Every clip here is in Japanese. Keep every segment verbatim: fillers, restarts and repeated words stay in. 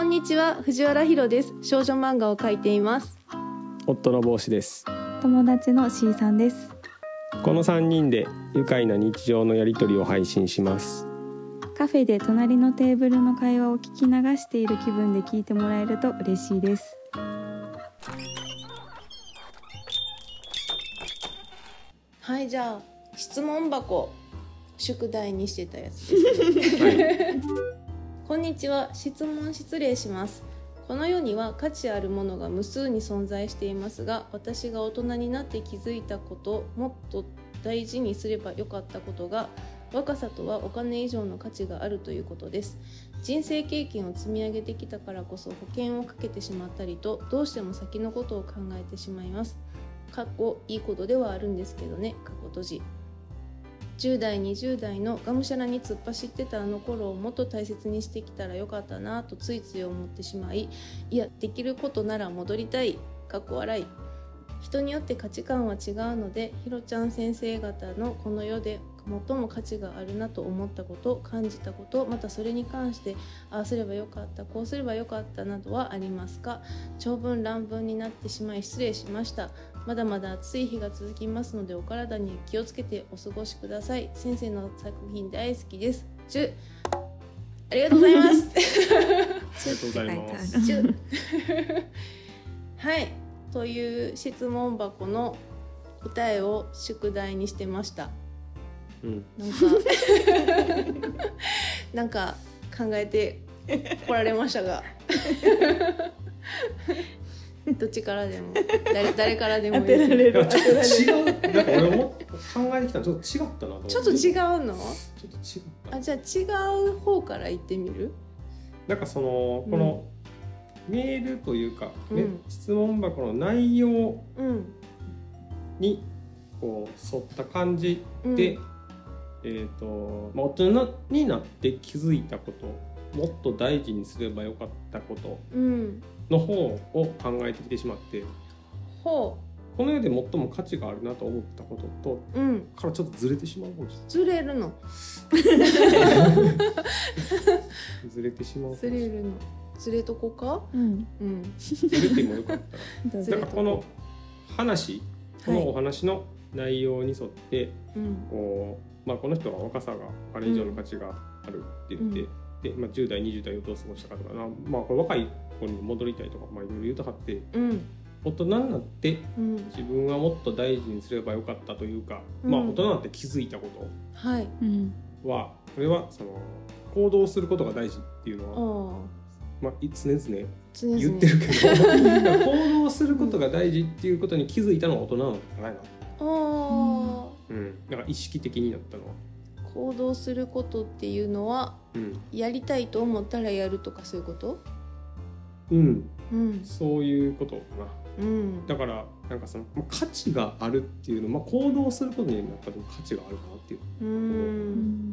んにちは、藤原ひろです。少女漫画を描いています。 夫の帽子です。 友達の C さんです。 このさんにんで愉快な日常のやり取りを配信します。 カフェで隣のテーブルの会話を聞き流している気分で聞いてもらえると嬉しいです。 はい、じゃあ質問箱宿題にしてたやつです、ねはい、こんにちは。質問失礼します。この世には価値あるものが無数に存在していますが、私が大人になって気づいたこと、もっと大事にすればよかったことが、若さとはお金以上の価値があるということです。人生経験を積み上げてきたからこそ保険をかけてしまったりと、どうしても先のことを考えてしまいます。かっこいいことではあるんですけどね、かっこ閉じ。じゅう代にじゅう代のがむしゃらに突っ走ってたあの頃をもっと大切にしてきたらよかったなとついつい思ってしまい、いやできることなら戻りたい、かっこ笑い。人によって価値観は違うので、ひろちゃん先生方のこの世で最も価値があるなと思ったこと、感じたこと、またそれに関してああすればよかった、こうすればよかったなどはありますか？長文乱文になってしまい失礼しました。まだまだ暑い日が続きますので、お体に気をつけてお過ごしください。先生の作品大好きです。じゅありがとうございます。 ありがとうございます。 はい、という質問箱の答えを宿題にしてました。うん、なんかなんか考えてこられましたがどっちからでも 誰, 誰からでもいい。当てられる。 当てられる。違う。なんか俺も考えてきたのちょっと違ったなと思って。 ちょっと違うの？ ちょっと違った。 あ、じゃあ違う方から言ってみる？ なんかその、うん、このメールというか、ね、うん、質問箱の内容にこう沿った感じで、うん、えーとまあ、大人になって気づいたこと、もっと大事にすればよかったことの方を考えてきてしまって、うん、この世で最も価値があるなと思ったことと、うん、からちょっとずれてしまうかもしれない。 ずれるのずれてしまうかもしれない。 ずれるのずれとこか、うんうん、 ずれてもよかったらだからこの話、このお話の内容に沿って、はい、こうまあ、この人は若さがお金以上の価値があるって言って、うんでまあ、じゅう代にじゅう代をどう過ごしたかとかな、まあ、これ若い子に戻りたいとか、まあ、いろいろ言うとはって、うん、大人になって自分はもっと大事にすればよかったというか、うんまあ、大人になって気づいたことは、はいうん、これはその行動することが大事っていうのは、まあ、常々言ってるけど行動することが大事っていうことに気づいたのは大人なのかな、あうん、だから意識的になったのは行動することっていうのは、うん、やりたいと思ったらやるとかそういうこと？ うん、うん、そういうことかな、うん、だからなんかその価値があるっていうの、まあ、行動することにやっぱり価値があるかなっていう、うん、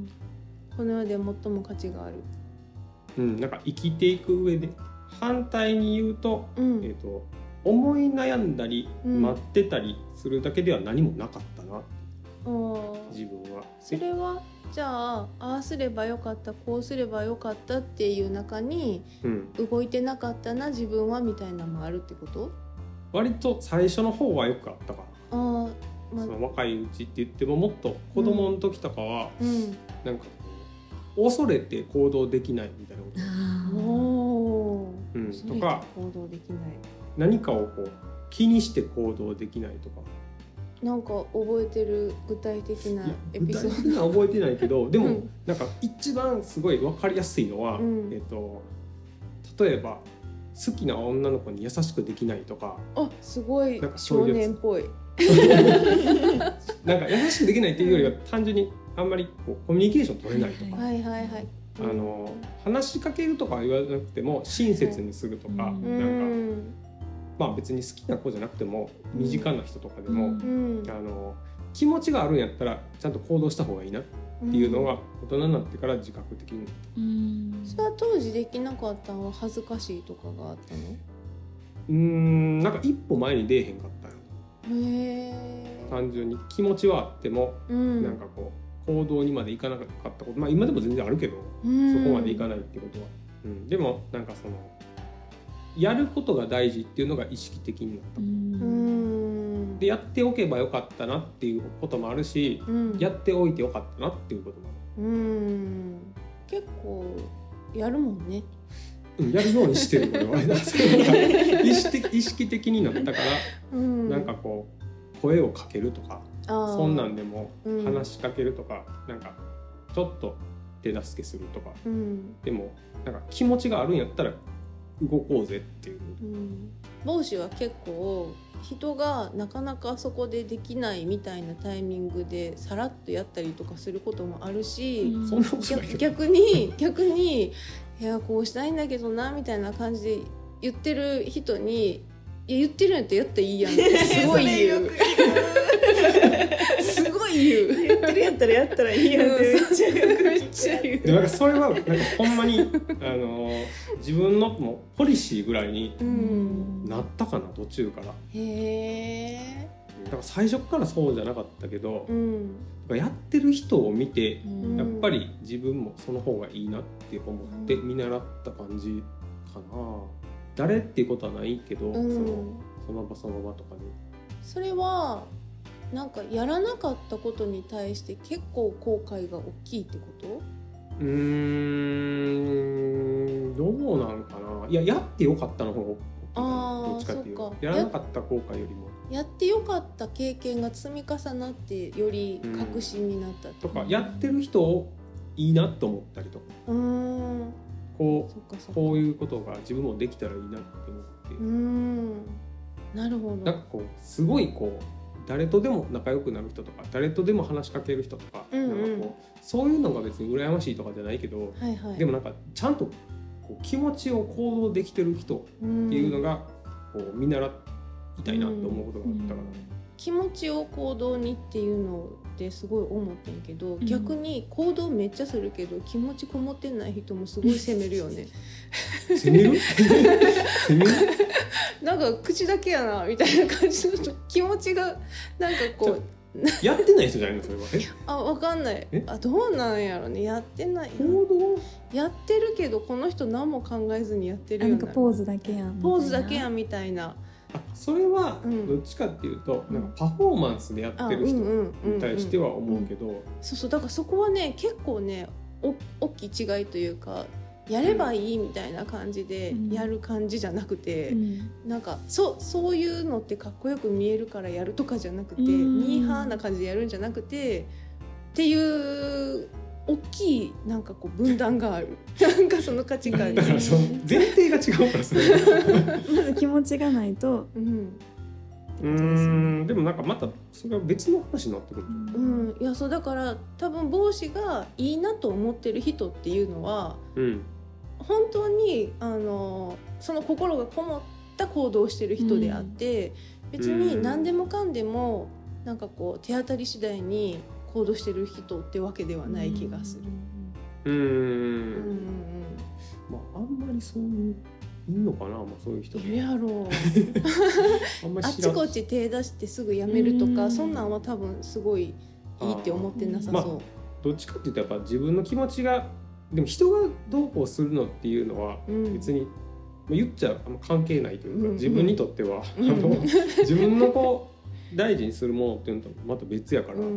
この世で最も価値がある、 うん、なんか生きていく上で反対に言うと、うんえーと、思い悩んだり、うん、待ってたりするだけでは何もなかったな、自分は。 それはじゃあああすればよかった、こうすればよかったっていう中に、うん、動いてなかったな自分はみたいなのもあるってこと？ 割と最初の方はよくあったかな。あ、まあ、その若いうちって言ってももっと子供の時とかは、うん、なんか恐れて行動できないみたいなこと、あお、うん、とか行動できない、 何かをこう気にして行動できないとか、 なんか覚えてる具体的なエピソード？具体的な覚えてないけどでも、うん、なんか一番すごい分かりやすいのは、うんえーと、例えば好きな女の子に優しくできないとか、 あすごい少年っぽいなんか優しくできないっていうよりは単純にあんまりこうコミュニケーション取れないとか、はいはいはい、あの話しかけるとかは言わなくても親切にするとか、はい、なんかまあ別に好きな子じゃなくても身近な人とかでも、うん、あの気持ちがあるんやったらちゃんと行動した方がいいなっていうのが大人になってから自覚的になった、 うん、それは当時できなかったのは恥ずかしいとかがあったの？ うーんなんか一歩前に出えへんかったよ。へー、単純に気持ちはあっても、うん、なんかこう行動にまでいかなかったこと、まあ今でも全然あるけど、うん、そこまでいかないってことはうん、でもなんかそのやることが大事っていうのが意識的になった。うん、でやっておけばよかったなっていうこともあるし、うん、やっておいてよかったなっていうこともある。うん、 結構やるもんね。 うん、やるようにしてる俺は意識的、意識的になったから、うん、なんかこう声をかけるとかそんなんでも話しかけるとか、うん、なんかちょっと手助けするとか、うん、でもなんか気持ちがあるんやったら動こうぜっていう、うん、 帽子は結構人がなかなかそこでできないみたいなタイミングでさらっとやったりとかすることもあるし、うん、そんなことないけど逆に逆にいやこうしたいんだけどなみたいな感じで言ってる人にいや言ってるんやったらやったらいいやんってすごい言うすごい言う言ってるんやったらやったらいいやんってめっちゃ言うめっちゃ言うでなんかそれはなんかほんまにあの自分のもうポリシーぐらいになったかな、途中から。へえ。だから最初からそうじゃなかったけど、うん、やってる人を見て、うん、やっぱり自分もその方がいいなって思って見習った感じかな。誰っていうことはないけど、うん、そのその場その場とかで。 それはなんかやらなかったことに対して結構後悔が大きいってこと？ うーん、どうなんかな。いや、やってよかったの方が大きいかな。どっちかっていうと、やらなかった後悔よりもやってよかった経験が積み重なってより確信になったとか、やってる人をいいなと思ったりとか、うーんこう、こういうことが自分もできたらいいなって思って、うーんなるほど。 なんかこうすごいこう誰とでも仲良くなる人とか誰とでも話しかける人とか、うんうん、なんかこうそういうのが別に羨ましいとかじゃないけど、はいはい、でもなんかちゃんとこう気持ちを行動できてる人っていうのがこう見習いたいなと思うことがあったから、うんうん、 気持ちを行動にっていうのですごい思ってんけど、うん、逆に行動めっちゃするけど気持ちこもってない人もすごい責めるよね責める責めるなんか口だけやなみたいな感じの気持ちがなんかこうやってない人じゃないのそれは。えあ分かんない。あどうなんやろね。やってない行動やってるけどこの人何も考えずにやってるような。 なんかポーズだけやんポーズだけやんみたいな。 あそれはどっちかっていうと、うん、なんかパフォーマンスでやってる人に対しては思うけど、 そうそうだからそこはね結構ねお大きい違いというかやればいいみたいな感じでやる感じじゃなくて、うん、なんか そ, そういうのってかっこよく見えるからやるとかじゃなくて、うん、ミーハーな感じでやるんじゃなくてっていう大きいなんかこう分断があるなんかその価値観にだからその前提が違うからそれまず気持ちがないと、うん、 うーんでもなんかまたそれは別の話になってくる、 うん、いやそうだから多分帽子がいいなと思ってる人っていうのは、うん、本当にあのその心がこもった行動をしてる人であって、うん、別に何でもかんでもなんかこう手当たり次第に行動してる人ってわけではない気がする。うーん、うん、 まああんまりそういういんのかな、まあ、そういう人いるやろうあんまりあっちこっち手出してすぐやめるとかそんなんは多分すごいいいって思ってなさそう、まあ、 どっちかっていうとやっぱ自分の気持ちがでも人がどうこうするのっていうのは別に、うん、言っちゃ関係ないというか、うん、自分にとっては、うん、あの自分のこう大事にするものっていうのとまた別やから、うんうんうん、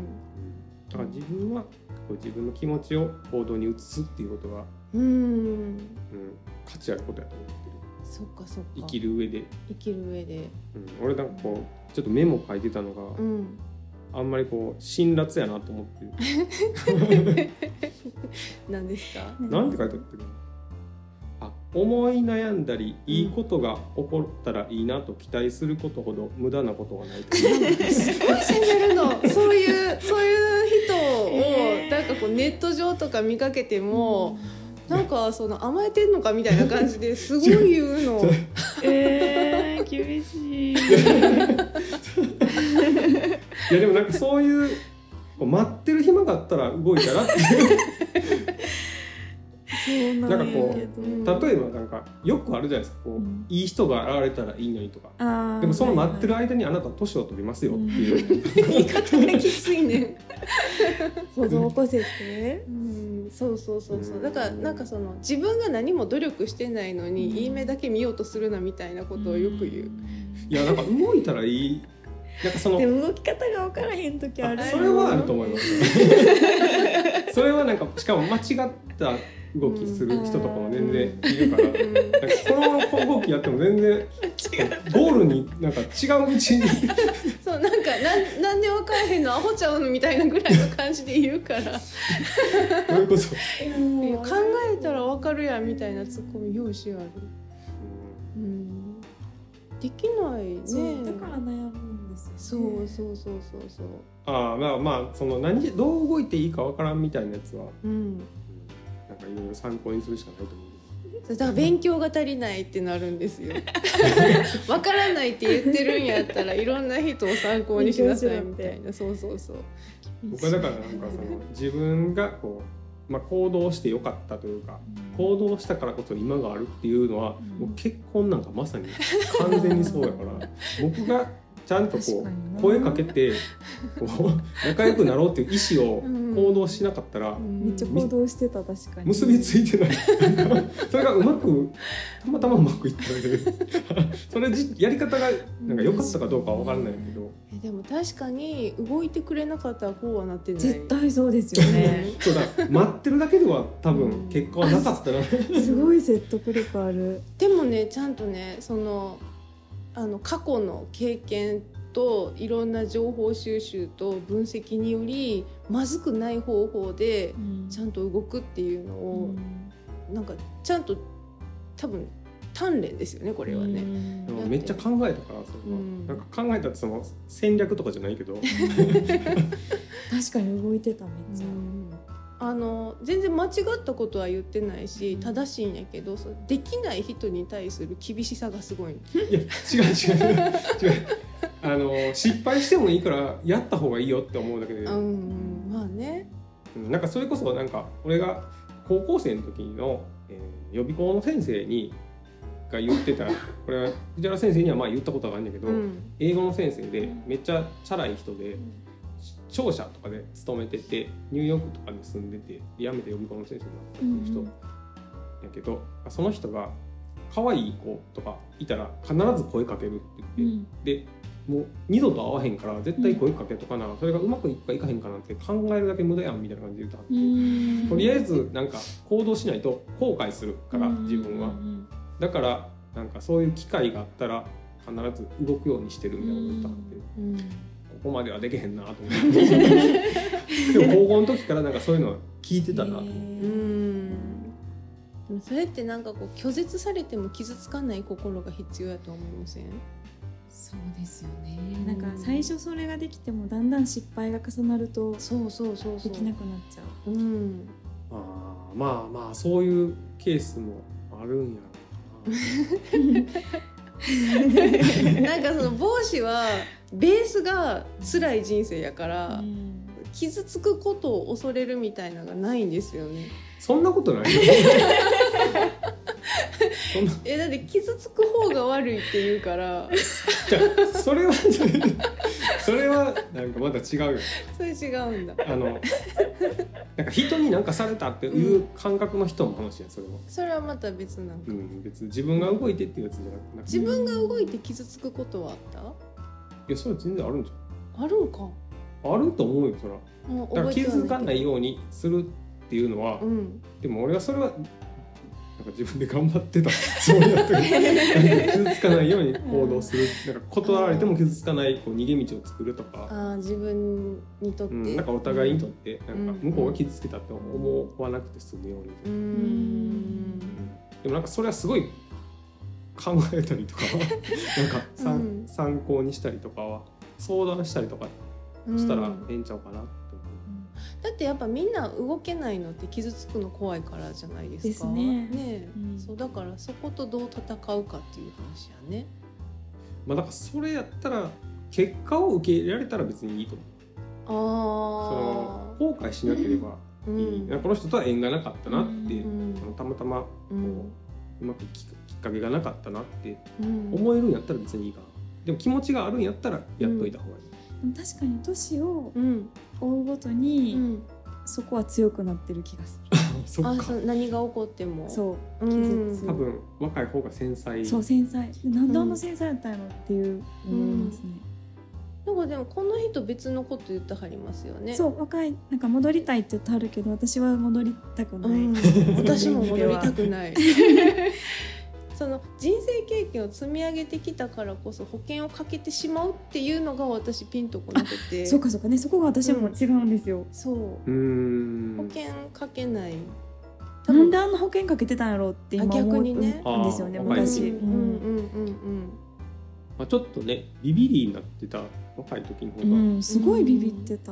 だから自分はこう自分の気持ちを行動に移すっていうことが、うんうん、価値あることやと思ってる。 そっかそっか。 生きる上で生きる上で、 うん、俺なんかこうちょっとメモ書いてたのが、うん、あんまりこう辛辣やなと思ってる何ですか？ なんて書いてあったっけ？あ、思い悩んだりいいことが起こったらいいなと期待することほど無駄なことはないというすごい責めるのそういうそういう人をなんかこうネット上とか見かけても、うん、なんかその甘えてんのかみたいな感じですごい言うのえー、厳しいいやでもなんかそういう待ってる暇があったら動いたらっていうなんかこう例えばなんかよくあるじゃないですかこう、うん、いい人が現れたらいいのにとかでもその待ってる間にあなた年を取りますよっていう、うん、 言い方がきついね想像を起こせて、 うん、そうそうそうそうだからなんかその自分が何も努力してないのに、うん、いい目だけ見ようとするなみたいなことをよく言う、うん、 いやなんか動いたらいいなんかそのでも動き方が分からへん時あるそれはあると思いますそれはなんかしかも間違った動きする人とかも全然いるから、うん、なんかこのままこの動きやっても全然ゴールになんか違う道にそうなんかな ん, なんで分からへんのアホちゃうのみたいなぐらいの感じで言うからどういうこと考えたら分かるやんみたいなツッコミ用紙ある、うん、できないねそうだから悩むそうそうそうそうそうああまあまあその何どう動いていいかわからんみたいなやつは、うんなんかいろいろ参考にするしかないと思う。 だから勉強が足りないってなるんですよわからないって言ってるんやったらいろんな人を参考にしなさいみたいなそうそうそう僕はだからなんかその自分がこう、まあ、行動してよかったというか、うん、行動したからこそ今があるっていうのは、うん、もう結婚なんかまさに完全にそうやから僕がちゃんとこう声かけてこう仲良くなろうっていう意思を行動しなかったら、 うん、めっちゃ行動してた確かに結びついてないそれがうまくたまたまうまくいっただけでそれやり方がなんか良かったかどうかは分からないけど、 うん、でも確かに動いてくれなかったらこうはなってない絶対そうですよねそうだ待ってるだけでは多分結果はなかったな、うん、 すごい説得力あるでもねちゃんとねそのあの過去の経験といろんな情報収集と分析によりまずくない方法でちゃんと動くっていうのを、うん、なんかちゃんと多分鍛錬ですよねこれはね、うん、 でもめっちゃ考えたからそれは、うん、なんか考えたってその戦略とかじゃないけど確かに動いてためっちゃ、うんあの全然間違ったことは言ってないし正しいんやけどそうできない人に対する厳しさがすごい。いや違う違う違うあの失敗してもいいからやった方がいいよって思うだけで、 うん、まあねなんかそれこそなんか俺が高校生の時の、えー、予備校の先生にが言ってたこれは藤原先生にはまあ言ったことがあるんだけど、うん、英語の先生でめっちゃチャラい人で、うん商社とかで勤めててニューヨークとかに住んでて辞めて予備校の先生になった人やけど、うん、その人が可愛い子とかいたら必ず声かけるって言って、うん、でもう二度と会わへんから絶対声かけとかな、うん、それがうまくいくかいかへんかなんて考えるだけ無駄やんみたいな感じで言うとあって、うん、とりあえずなんか行動しないと後悔するから自分はだからなんかそういう機会があったら必ず動くようにしてるみたいなこと言ったんで、うんここまではできへんなと思ってでも高校の時からなんかそういうの聞いてたなと思って、うんでもそれってなんかこう拒絶されても傷つかない心が必要やと思いません？ そうですよね、うん、なんか最初それができてもだんだん失敗が重なるとそうそうそうそうできなくなっちゃう、うん、 あまあまあそういうケースもあるんやろうななんかその帽子はベースが辛い人生やから、うん、傷つくことを恐れるみたいなのがないんですよね。 そんなことないよえだって傷つく方が悪いって言うからじゃあそれはそれはなんかまた違うよ。 それ違うんだ。 あのなんか人に何かされたっていう感覚の人の話やそれは。 それはまた別なんか、 うん、別に自分が動いてっていうやつじゃなくて自分が動いて傷つくことはあった？ いやそれは全然あるんじゃん。あるんか。あると思うよそれは。だから気づかないようにするっていうのは、うん、でも俺はそれはなんか自分で頑張ってたつもりだったけど傷つかないように行動する、なんか断られても傷つかないこう逃げ道を作るとか、 あ自分にとって、うん、 なんかお互いにとってなんか向こうが傷つけたって思わなくて済むように、うん、でもなんかそれはすごい考えたりとかなんか、うん、参考にしたりとかは相談したりとかしたらええんちゃうかなって思う、 うん、だってやっぱみんな動けないのって傷つくの怖いからじゃないですか。 ですね。 ね、うん、そうだからそことどう戦うかっていう話やね。 まあだからそれやったら結果を受け入れられたら別にいいと思う。ああ。その後悔しなければうん、この人とは縁がなかったなって、うん、たまたまこう、うん、うまくきっかけがなかったなって思えるんやったら別にいいかな。でも気持ちがあるんやったらやっといた方がいい、 うん、確かに年を追うごとに、うん、そこは強くなってる気がするそっか、あ、そ何が起こってもそう気絶、 多分若い方が繊細、 そう繊細、なんであんな繊細だったのっていう思いますね、 うん、なんかでもこの人別のこと言ってはりますよね。 そう若いなんか戻りたいって言ってはるけど私は戻りたくない、うん、 私も戻りたくないその人生経験を積み上げてきたからこそ保険をかけてしまうっていうのが私ピンとこなくて、 そうかそうかね、そこが私も違うんですよ、うん、 そううーん保険かけない、 なんであんな保険かけてたんやろうって今思うんですよね、昔、 うんうんうんうん、まあ、ちょっとねビビリになってた若い時の方が、うん、 すごいビビってた、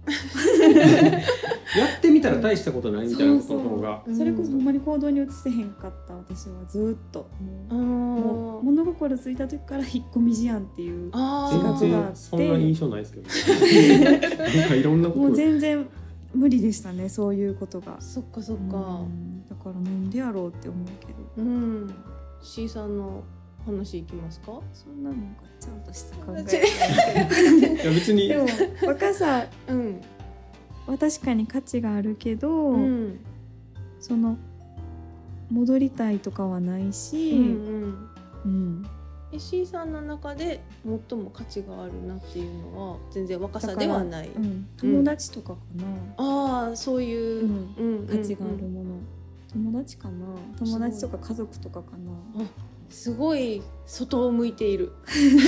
やってみたら大したことないみたいなことの方が、 そうそう、それこそほんまに行動に移せへんかった私はずっともう、もう物心ついた時から引っ込み思案っていう自覚があって、 そんな印象ないですけど、ね、なんかいろんなこともう全然無理でしたね、そういうことが。 そっかそっか、 うん、だからなんでやろうって思うけど、 うん、C さんの話いきますか。 そんなのがちゃんとした考えいや別にでも若さ、うんは確かに価値があるけど、うん、その戻りたいとかはないし、うんうんうん、C さんの中で最も価値があるなっていうのは全然若さではない、うん、 友達とかかな、 うん、ああそういう、うんうん、価値があるもの、友達かな、友達とか家族とかかな。 すごい外を向いている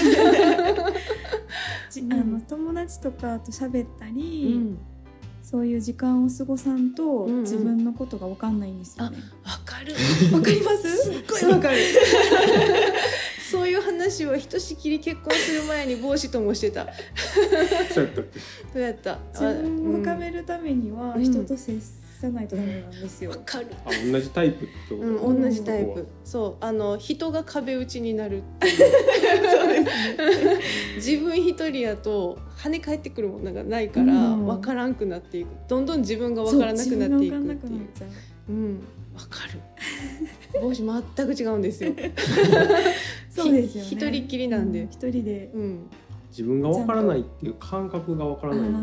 あの友達とかと喋ったり、うん、そういう時間を過ごさんと自分のことが分かんないんですよね、 うんうん、あ、分かる分かりますすっごい分かるそういう話はひとしきり結婚する前に帽子ともしてたそうやったっけ。 どうやった。 自分を深めるためには人と接さないとダメなんですよ。 わかる。 あ、同じタイプってこと。 うん、同じタイプ。そう、あの人が壁打ちになるっていうそうですね自分一人やと跳ね返ってくるものがないから分からんくなっていく、どんどん自分が分からなくなっていくっていう。うん、分かる帽子全く違うんですよそうですよね、 一人っきりなんで、 うん、一人で、 うん、 自分が分からないっていう感覚が分からない、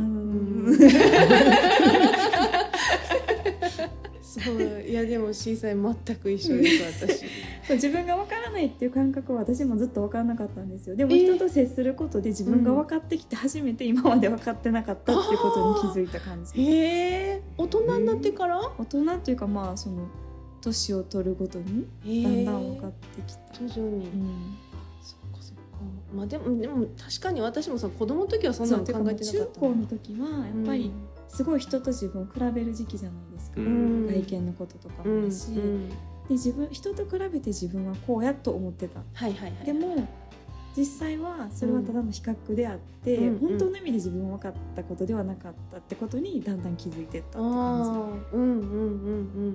そういやでも小さい全く一緒です私そう自分が分からないっていう感覚は私もずっと分からなかったんですよ。でも人と接することで自分が分かってきて初めて今まで分かってなかったっていうことに気づいた感じ。 へー、大人になってから、 大人っていうかまあその年を取るごとにだんだん分かってきた。 徐々に、うん、そっかそっか。まあでもでも確かに私もさ子供の時はそんなの考えてなかった。 中高の時はやっぱりすごい人と自分を比べる時期じゃないですか、うん、外見のこととかもだし、うんうん、で自分人と比べて自分はこうやと思ってた、 はいはいはい、 でも実際はそれはただの比較であって、うん、本当の意味で自分は分かったことではなかったってことにだんだん気づいていったって感じ、うんうんうんうん、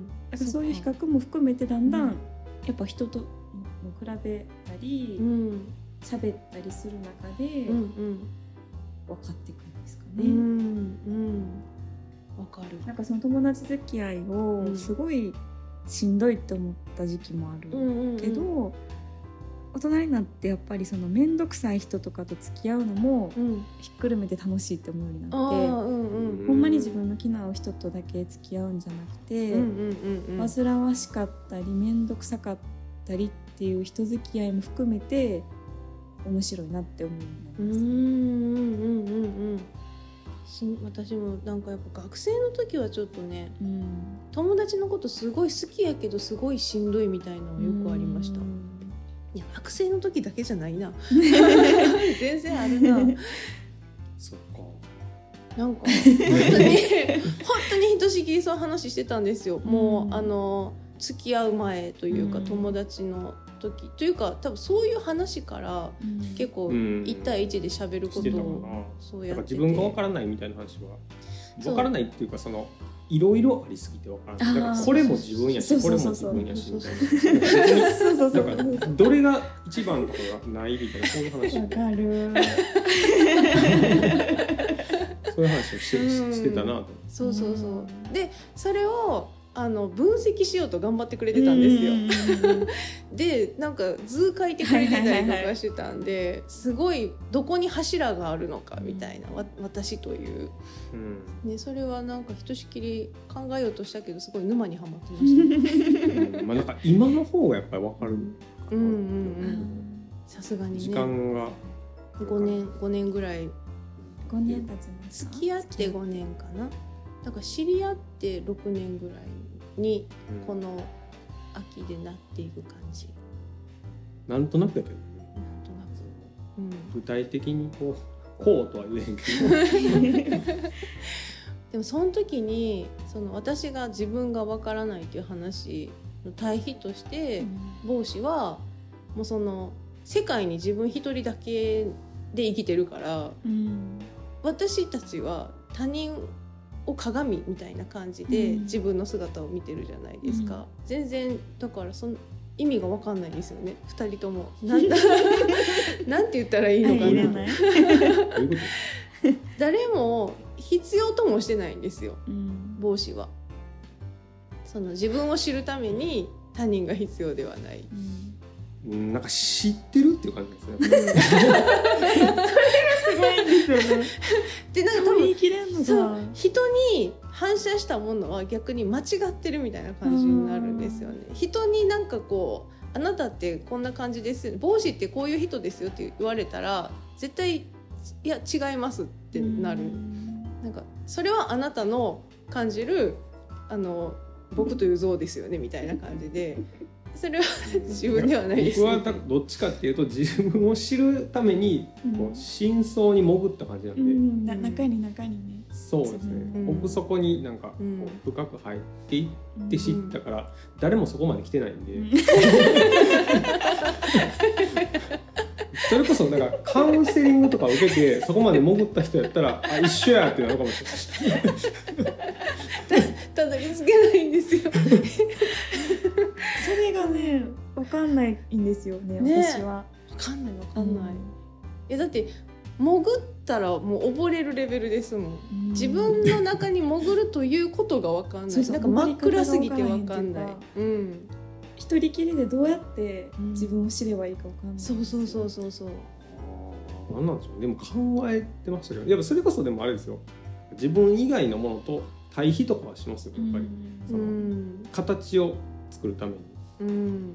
だからそういう比較も含めてだんだん、うん、やっぱ人と比べたり、うん、喋ったりする中で、うんうん、分かっていくんですかね、うんうん、 分かる。 なんかその友達付き合いをすごいしんどいって思った時期もあるけど、うんうんうん、大人になってやっぱりその面倒くさい人とかと付き合うのもひっくるめて楽しいって思うようになって、うんうん、ほんまに自分の気の合う人とだけ付き合うんじゃなくて、うんうんうんうん、煩わしかったり面倒くさかったりっていう人付き合いも含めて面白いなって思うようになります、ね、うんうんうんうん、 私もなんかやっぱ学生の時はちょっとね、うん、友達のことすごい好きやけどすごいしんどいみたいなのよくありました。いや学生の時だけじゃないな全然あるなそっか。 なんか本当に本当にひとしきりそう話してたんですよ、うん、もうあの付き合う前というか、うん、友達の時というか多分そういう話から結構いち対いちで喋ることをそうやってて、 自分が分からないみたいな話は分からないっていうかそのいろいろありすぎて分からない。だからこれも自分やしこれも自分やしみたいな。だからどれが一番とかがないみたいなそういう話。 分かる。 そういう話をして、うん、してたなと。 そうそうそう。でそれをあの分析しようと頑張ってくれてたんですよ。でなんか図書いてくれてたりとかしてたんで、はいはいはいはい、すごいどこに柱があるのかみたいな、わ私という、うんね、それはなんかひとしきり考えようとしたけどすごい沼にはまってました、 うんまあ、なんか今の方がやっぱり分かるかな。 うんうんうん、さすがにね時間がごねんごねんぐらいごねん経ちました。 付き合ってごねんかな。だから知り合ってろくねんぐらいにこの秋でなっていく感じ、 うん、なんとなくやけどね。 なんとなく、うん、 具体的にこうこうとは言えへんけどでもその時にその私が自分がわからないという話の対比として、うん、帽子はもうその世界に自分一人だけで生きてるから、うん、私たちは他人を鏡みたいな感じで自分の姿を見てるじゃないですか、うん、全然だからその意味が分かんないんですよねふたりとも。なんなんて言ったらいいのかな誰も必要ともしてないんですよ、うん、帽子は。その自分を知るために他人が必要ではない、 うん、なんか知ってるっていう感じですね。 すごいんですよね。 でなんか多分言い切れんのかそう人に反射したものは逆に間違ってるみたいな感じになるんですよね。人になんかこうあなたってこんな感じですよ、帽子ってこういう人ですよって言われたら絶対いや違いますってなる。なんかそれはあなたの感じるあの僕という像ですよねみたいな感じで。それは自分ではないです、ね、 僕はどっちかっていうと自分を知るためにこう深層に潜った感じなんで、 うんうん、中に中にね。 そうですね、うん、奥底になんかこう深く入っていって知ったから、うん、誰もそこまで来てないんで、うん、それこそなんかカウンセリングとか受けてそこまで潜った人やったらあ一緒やってなるかもしれない。 たどり着けないんですよ。 それがね分かんないんですよ ね, ね私は。 分かんない分かんない、うん、えだって潜ったらもう溺れるレベルですもん、うん、自分の中に潜るということが分かんない。そうそうなんか真っ暗すぎて分かんない、うん、 一人きりでどうやって自分を知ればいいか分かんない、うん、 そうそうそうそうそう。 なんなんでしょう。でも考えてましたけどやっぱそれこそでもあれですよ、自分以外のものと対比とかはしますよやっぱり、うん、その形を作るために、うん、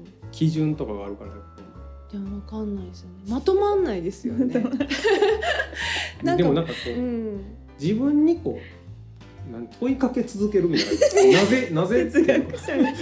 基準とかがあるからやっぱり。 でも分かんないですよね。まとまんないですよね。 なんでもなんかこう、うん、自分にこうなん問いかけ続けるみたいななぜなぜっていう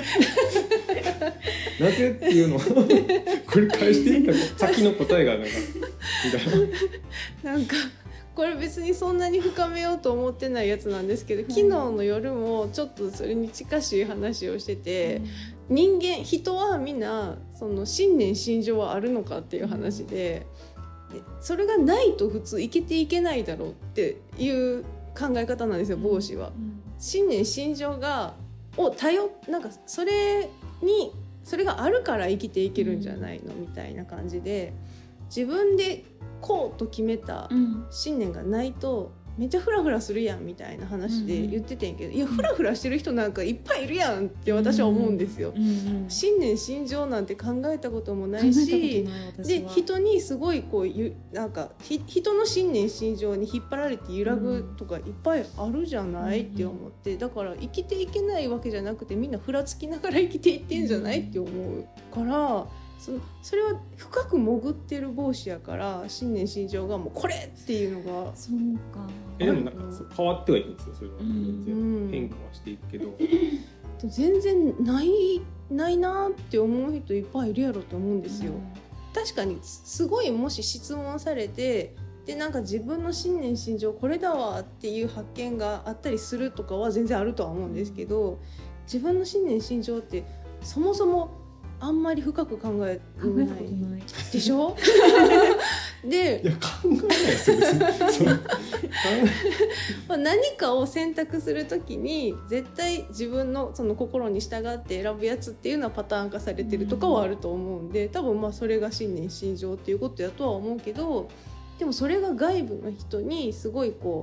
なぜっていうのを繰り返していった先の答えがなんかみたいな。なんかこれ別にそんなに深めようと思ってないやつなんですけど、昨日の夜もちょっとそれに近しい話をしてて、うん、人間人はみんなその信念信条はあるのかっていう話で、でそれがないと普通生きていけないだろうっていう考え方なんですよ帽子は、うん、信念信条がを頼なんかそれにそれがあるから生きていけるんじゃないのみたいな感じで、自分でこうと決めた信念がないとめっちゃフラフラするやんみたいな話で言っててんけど、うん、いやフラフラしてる人なんかいっぱいいるやんって私は思うんですよ、うんうん、信念信条なんて考えたこともないし、で人にすごいこうなんか人の信念信条に引っ張られて揺らぐとかいっぱいあるじゃない、うん、って思って、だから生きていけないわけじゃなくてみんなふらつきながら生きていってんじゃないって思うから、そ, それは深く潜ってる帽子やから信念信条がもうこれっていうのがそうか。 えでもなんか変わってはいくんですよそれは、全然変化はしていくけど、 うん、全然ないないなって思う人いっぱいいるやろと思うんですよ、うん、確かにすごいもし質問されてでなんか自分の信念信条これだわっていう発見があったりするとかは全然あるとは思うんですけど、自分の信念信条ってそもそもあんまり深く考えないでしょでいや考えないですよ別にまあ何かを選択するときに絶対自分のその心に従って選ぶやつっていうのはパターン化されてるとかはあると思うんで、多分まあそれが信念信条っていうことやとは思うけど、でもそれが外部の人にすごいこう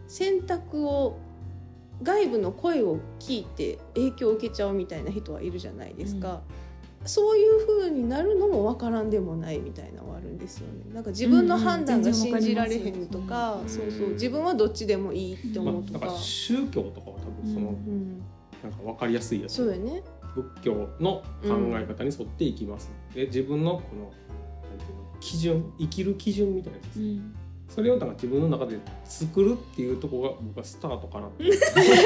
選択を外部の声を聞いて影響を受けちゃうみたいな人はいるじゃないですか、うん、そういう風になるのも分からんでもないみたいなのはあるんですよね。なんか自分の判断が信じられへんとか、うん、そうそう自分はどっちでもいいって思うとか、 まあ、なんか宗教とかは多分その、うん、なんか分かりやすいやつ、 そうよね、 仏教の考え方に沿っていきます、うん、で自分のこのなんていうの基準、生きる基準みたいなやつです、うん、それをなんか自分の中で作るっていうところが僕はスタートかなってマジで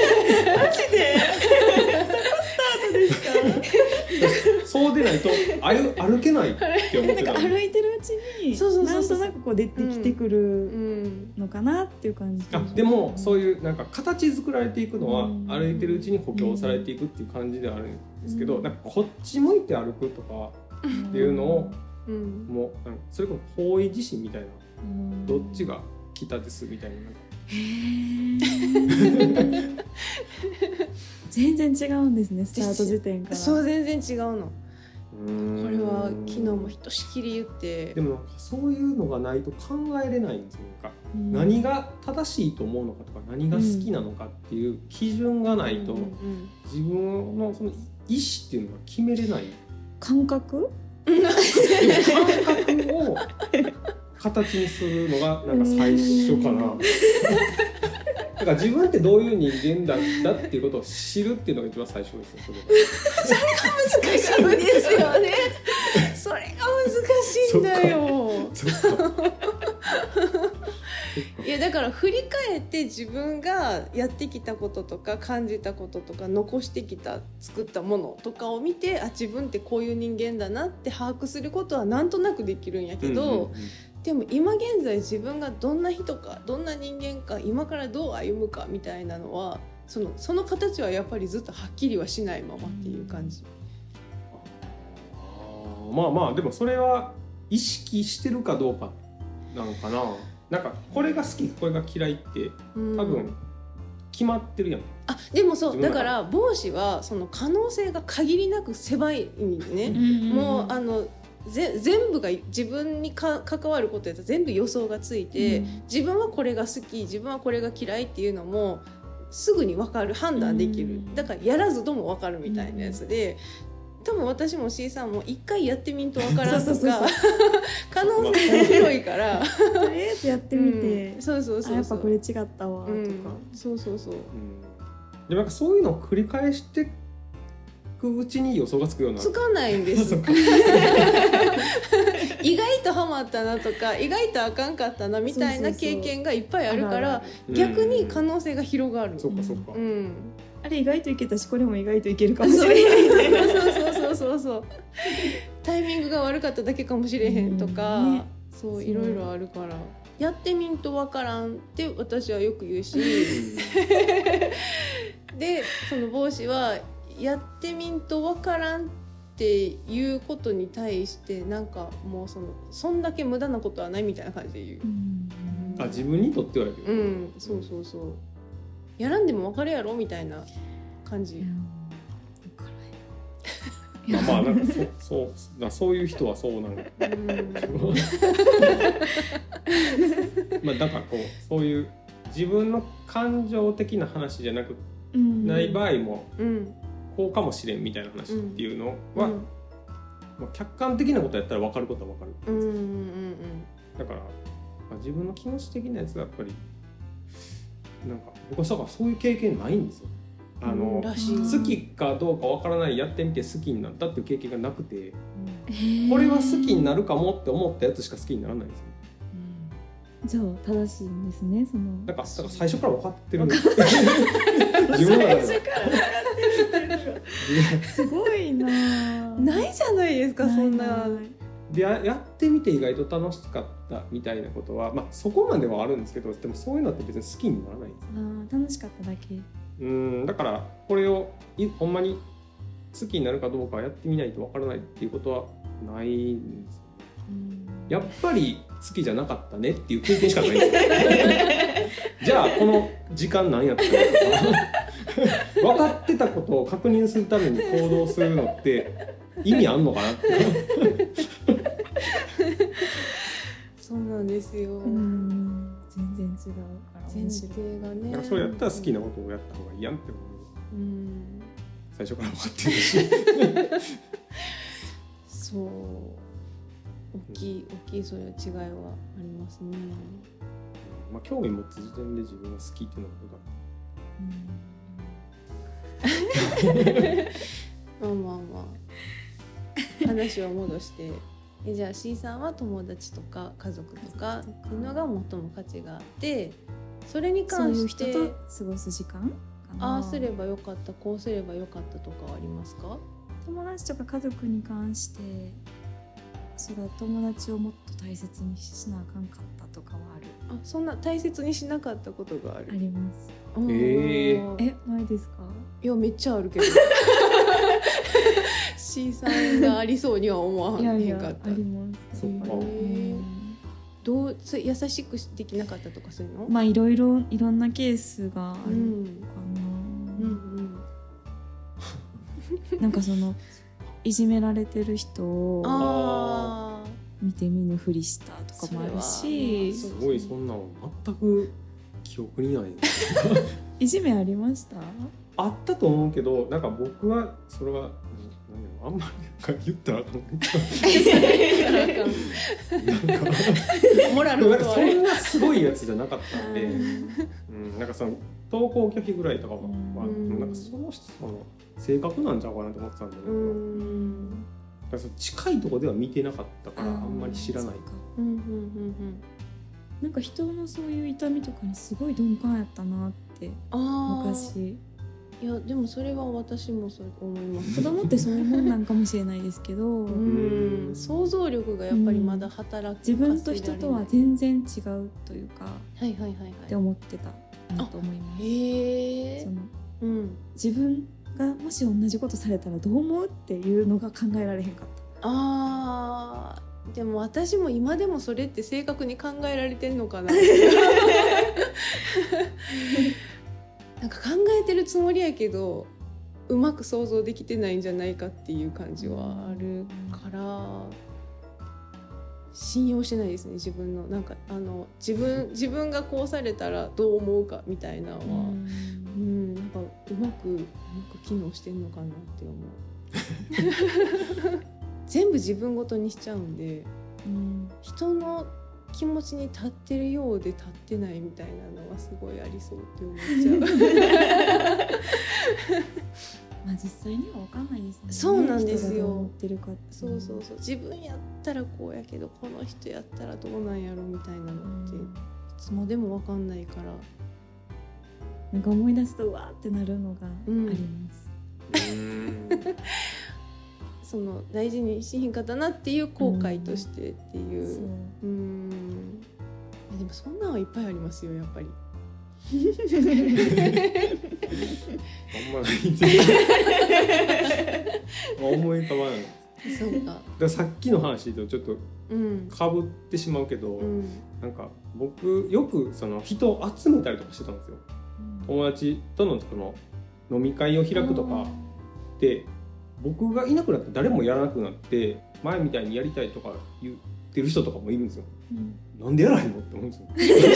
ですかそうでないと歩, 歩けないって思ってた。 なんか歩いてるうちになんとなくこう出てきてくるのかなっていう感じ、 うんうん、あでもそういうなんか形作られていくのは、うん、歩いてるうちに補強されていくっていう感じではあるんですけど、うん、なんかこっち向いて歩くとかっていうのを、うん、もうそれこそ方位自身みたいな、うん、どっちが北ですみたいな、 へ全然違うんですね、スタート時点から。 そう全然違うの。これは昨日もひとしきり言って、 でもなんかそういうのがないと考えれないんですよ。なんか何が正しいと思うのかとか何が好きなのかっていう基準がないと、自分のその意思っていうのが決めれない。 感覚？ でも感覚を形にするのがなんか最初かな。だから自分ってどういう人間だったっていうことを知るっていうのが一番最初ですよ。 それが難しいんですよね。それが難しいんだよ。いやだから振り返って自分がやってきたこととか感じたこととか残してきた作ったものとかを見て、あ自分ってこういう人間だなって把握することはなんとなくできるんやけど、うんうんうん、でも今現在自分がどんな人かどんな人間か今からどう歩むかみたいなのはその、その形はやっぱりずっとはっきりはしないままっていう感じ。 あまあまあでもそれは意識してるかどうかなのかな。なんかこれが好きこれが嫌いって多分決まってるやん。 あでもそうだから帽子はその可能性が限りなく狭いね、うん、もうあのぜ全部が自分にか関わることやったら全部予想がついて、うん、自分はこれが好き自分はこれが嫌いっていうのもすぐに分かる判断できる、うん、だからやらずとも分かるみたいなやつで、多分私も C さんも一回やってみんと分からんとか可能性が広いからとりあえずやってみて、 うん、そうそうそうそう、 やっぱこれ違ったわとか、うん、 そうそうそう、うん、 でもなんかそういうのを繰り返してくうちに予想がつくような。 つかないんです意外とハマったなとか意外とあかんかったなみたいな経験がいっぱいあるから逆に可能性が広がる、うん、 そうかそうか、 うん、 あれ意外といけたしこれも意外といけるかもしれないそうそうそうそうそうタイミングが悪かっただけかもしれへんとか、うんね、そういろいろあるからやってみんとわからんって私はよく言うしでその帽子はやってみんとわからんっていうことに対してなんかもうそのそんだけ無駄なことはないみたいな感じで言う、うん、 あ自分にとってはやけど、 うん、そうそうそうやらんでも分かるやろみたいな感じ。 まあまあなんかそ そう、そういう人はそうなんだけど、うん、まあだからこうそういう自分の感情的な話じゃなく、うん、ない場合も、うん、こうかもしれんみたいな話っていうのは、うんまあ、客観的なことやったら分かることは分かる、うんうんうん、だから、まあ、自分の気持ち的なやつがやっぱりなんか僕はだからそういう経験ないんですよ。あの、うん、好きかどうかわからないやってみて好きになったっていう経験がなくて、うん、これは好きになるかもって思ったやつしか好きにならないんですよ、 うん、じゃあ正しいんですね。そのだから、だから最初から分かってる自分の中で最初から分かってるすごいな。 ないじゃないですかそんな。 で や, やってみて意外と楽しかったみたいなことは、まあ、そこまではあるんですけど、でもそういうのって別に好きにならないんですよ。 あ楽しかっただけ。 うんだからこれをほんまに好きになるかどうかやってみないとわからないっていうことはないんですよ、うんやっぱり好きじゃなかったねっていう経験しかないんですよじゃあこの時間何やったのとか分かってたことを確認するために行動するのって意味あんのかなってそうなんですよ。 うん全然違うから前提がね、 なんかそうやったら好きなことをやった方がいいやんって思う、うん、最初から分かってるしそう大きい大きいそれは違いはありますね、 まあ、興味持つ時点で自分が好きっていうのが、うん、まあまあまあ話を戻してえじゃあ C さんは友達とか家族とかっていうのが最も価値があって、それに関してそういう人と過ごす時間かな。 ああすればよかったこうすればよかったとかはありますか？ 友達とか家族に関してそれは友達をもっと大切にしなあかんかったとかはある。 あそんな大切にしなかったことがある？ あります。 えー、 えないですか？ いやめっちゃあるけどC さんがありそうには思わへんかった。いやいやあります。 そうか、うん、 どう優しくできなかったとかそういうの？ まあいろいろいろんなケースがあるかな、うんうんうん、なんかそのいじめられてる人を見て見ぬふりしたとかもあるし、 すごいそんなの全く記憶にないいじめありました？ あったと思うけど、なんか僕はそれはあんまり言ったらあかんなんかモラルなんかそんなすごいやつじゃなかったんで、うん、なんかその登校拒否ぐらいとかは、なんかその人の性格なんちゃうかなと思ってたんだけど、うんだから近いところでは見てなかったからあんまり知らない。 うんうんうんうん、 なんか人のそういう痛みとかにすごい鈍感やったなって昔。 いやでもそれは私もそう思います。 子供ってそういうもんなんかもしれないですけどうん想像力がやっぱりまだ働く、 自分と人とは全然違うというか、 はいはいはいはい、 って思ってたなと思います。 へその、 うん、 自分がもし同じことされたらどう思うっていうのが考えられへんかった。 あーでも私も今でもそれって正確に考えられてんのかななんか考えてるつもりやけどうまく想像できてないんじゃないかっていう感じはあるから信用してないですね自分のなんかあの自分自分がこうされたらどう思うかみたいなのはうん、なんかうまくうまく機能してんのかなって思う全部自分ごとにしちゃうんで、うん、人の気持ちに立ってるようで立ってないみたいなのはすごいありそうって思っちゃうまあ実際には分かんないですね。 そうなんですよ。 思ってるかってそうそうそう自分やったらこうやけどこの人やったらどうなんやろみたいなのっていつまでも分かんないからなんか思い出すとうわーってなるのがあります、 うん、その大事にしひんかったなっていう後悔としてっていう、うん、うんでもそんなんはいっぱいありますよやっぱりあんまないんで思い浮かばない。 そうか。だからさっきの話とちょっとかぶってしまうけど、うん、なんか僕よくその人を集めたりとかしてたんですよ、うん、友達とのその飲み会を開くとかで僕がいなくなって誰もやらなくなって前みたいにやりたいとか言ってる人とかもいるんですよ、うん、なんでやらへんのって思うんですよ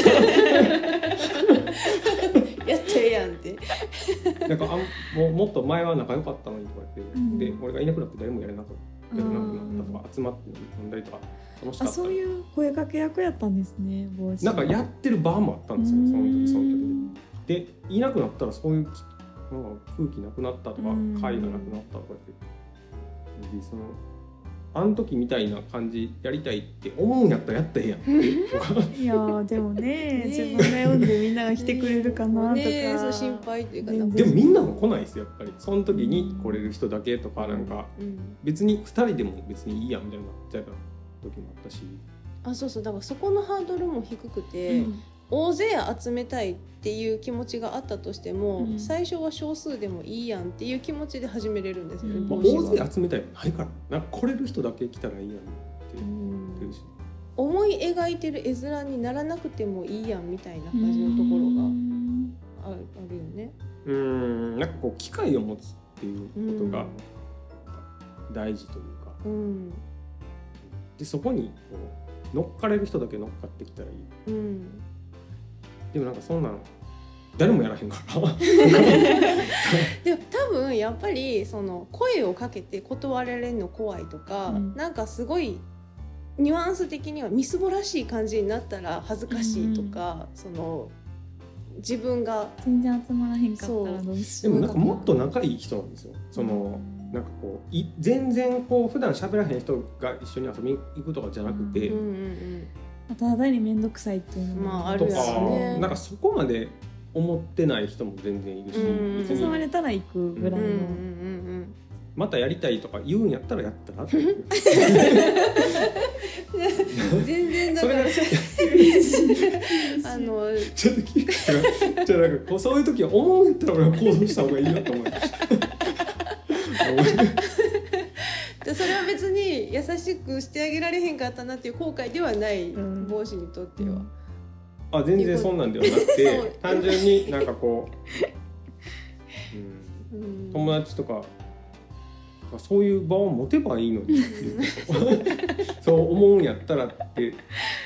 やったらええやんってなんかあも, もっと前は仲良かったのにとか言って、うん、で俺がいなくなって誰もやれなくやらなくなったとか集まって飲んだりとか楽しかった。 あそういう声掛け役やったんですね。帽子なんかやってる場もあったんですよその時その時ででいなくなったらそういうなんか空気なくなったとか会がなくなったとか言ってでそのあの時みたいな感じやりたいって思うんやったらやったらええやんっていやでも ね, ね自分が読んでみんなが来てくれるかなとか、ね、 そう心配っていうかでもみんなも来ないですよやっぱりその時に来れる人だけとかなんか、うん、別にふたりでも別にいいやみたいになっちゃう時もあったしあそうそうだからそこのハードルも低くて、うん大勢集めたいっていう気持ちがあったとしても、うん、最初は少数でもいいやんっていう気持ちで始めれるんですよね、うんまあ、大勢集めたいもないからなんか来れる人だけ来たらいいやんって言ってるし、 うん、思い描いてる絵面にならなくてもいいやんみたいな感じのところが あ, あるよね。 うーんなんかこう機会を持つっていうことが大事というか、うん、でそこにこう乗っかれる人だけ乗っかってきたらいい、うんでもなんかそんなん誰もやらへんからでも多分やっぱりその声をかけて断られるの怖いとか、うん、なんかすごいニュアンス的にはみすぼらしい感じになったら恥ずかしいとか、うん、その自分が全然集まらへんかったらどうしよう。でもなんかもっと仲いい人なんですよ。その、うん、なんかこうい全然こう普段喋らへん人が一緒に遊びに行くとかじゃなくて、うんうんうんうん、ただに面倒くさいっていうのも、 まあ、あるしね。 なんかそこまで思ってない人も全然いるし、 うん、誘われたら行くぐらいの、うんうんうんうん、 またやりたいとか言うんやったらやったらって全然だからあのちょっと聞いたじゃあなんかこうそういう時は思うんやったら俺は行動した方がいいなと思いましたそれは別に優しくしてあげられへんかったなっていう後悔ではない、うん、帽子にとっては。 あ、全然そんなんではなくて単純になんかこう、うん、友達とかそういう場を持てばいいのにっていうそう思うんやったらって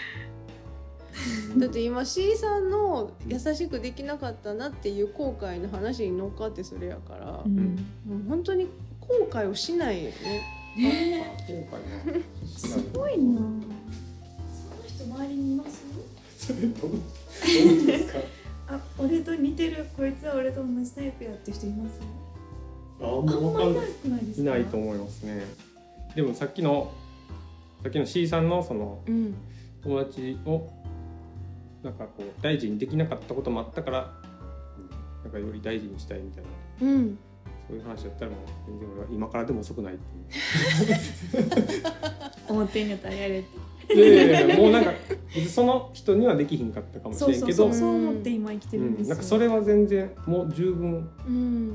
だって今 C さんの優しくできなかったなっていう後悔の話に乗っかってそれやから、うん、もう本当に後悔をしないよね。 ね後悔はすごいな。その人周りにいます？ それどうですか？ あ、俺と似てる、こいつは俺と同じタイプやって人います？ あんま分かんない。いないと思いますね。でもさっきのさっきの C さんのその、うん、友達をなんかこう大事にできなかったこともあったから、なんかより大事にしたいみたいな、うん、そういう話だったらもう全然俺は今からでも遅くないっていう表にやったらやれって。 いやいやいやもうなんかその人にはできひんかったかもしれんけど、 そうそうそうそう思って今生きてるんですよ、 うん、なんかそれは全然もう十分、うん、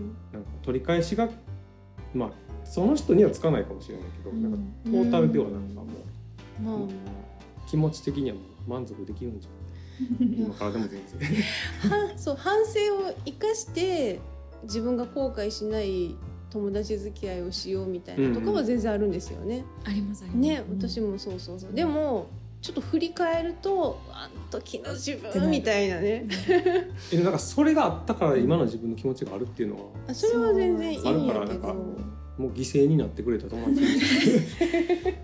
なんか取り返しがまあその人にはつかないかもしれないけど、うん、なんかトータルではなんかもう、うん、もう気持ち的にはもう満足できるんじゃん今からでも全然はそう反省を生かして自分が後悔しない友達付き合いをしようみたいなとかは全然あるんですよね、 うん、ありますありますね、私もそうそうそう、うん、でもちょっと振り返るとあん時の自分みたいなねえなんかそれがあったから今の自分の気持ちがあるっていうのは、 うん、それは全然いいんやけど、あるからなんかもう犠牲になってくれた友達そうですね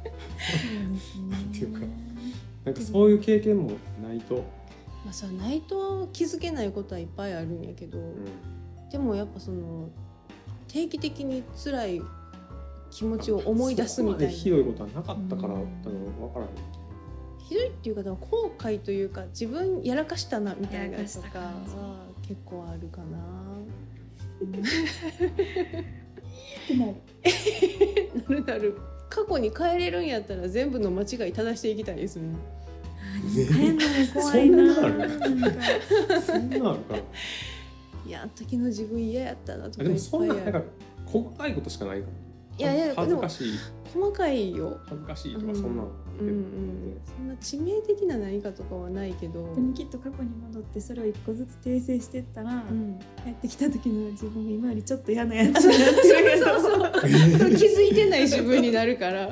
っていうかなんかそういう経験もないと、 まあさないと気づけないことはいっぱいあるんやけど、うん、でもやっぱその定期的に辛い気持ちを思い出すみたいな。 ひどいことはなかったから、うん、多分分からない。 ひどいっていうかでも後悔というか自分やらかしたなみたいなとかは結構あるかな。なるなる。過去に帰れるんやったら全部の間違い正していきたいですもん。 帰るのも怖いな。 そんなある？そんなあるかな。 いや、あの時の自分嫌やったなとかいっぱいある。 でもそんななんか細かいことしかないから。 いやいや恥ずかしい。 細かいよ。 恥ずかしいとかそんなの、 うんうんうん、そんな致命的な何かとかはないけど。 でもきっと過去に戻ってそれを一個ずつ訂正していったら、うん、帰ってきた時の自分が今よりちょっと嫌なやつになってるそうそうそう気づいてない自分になるから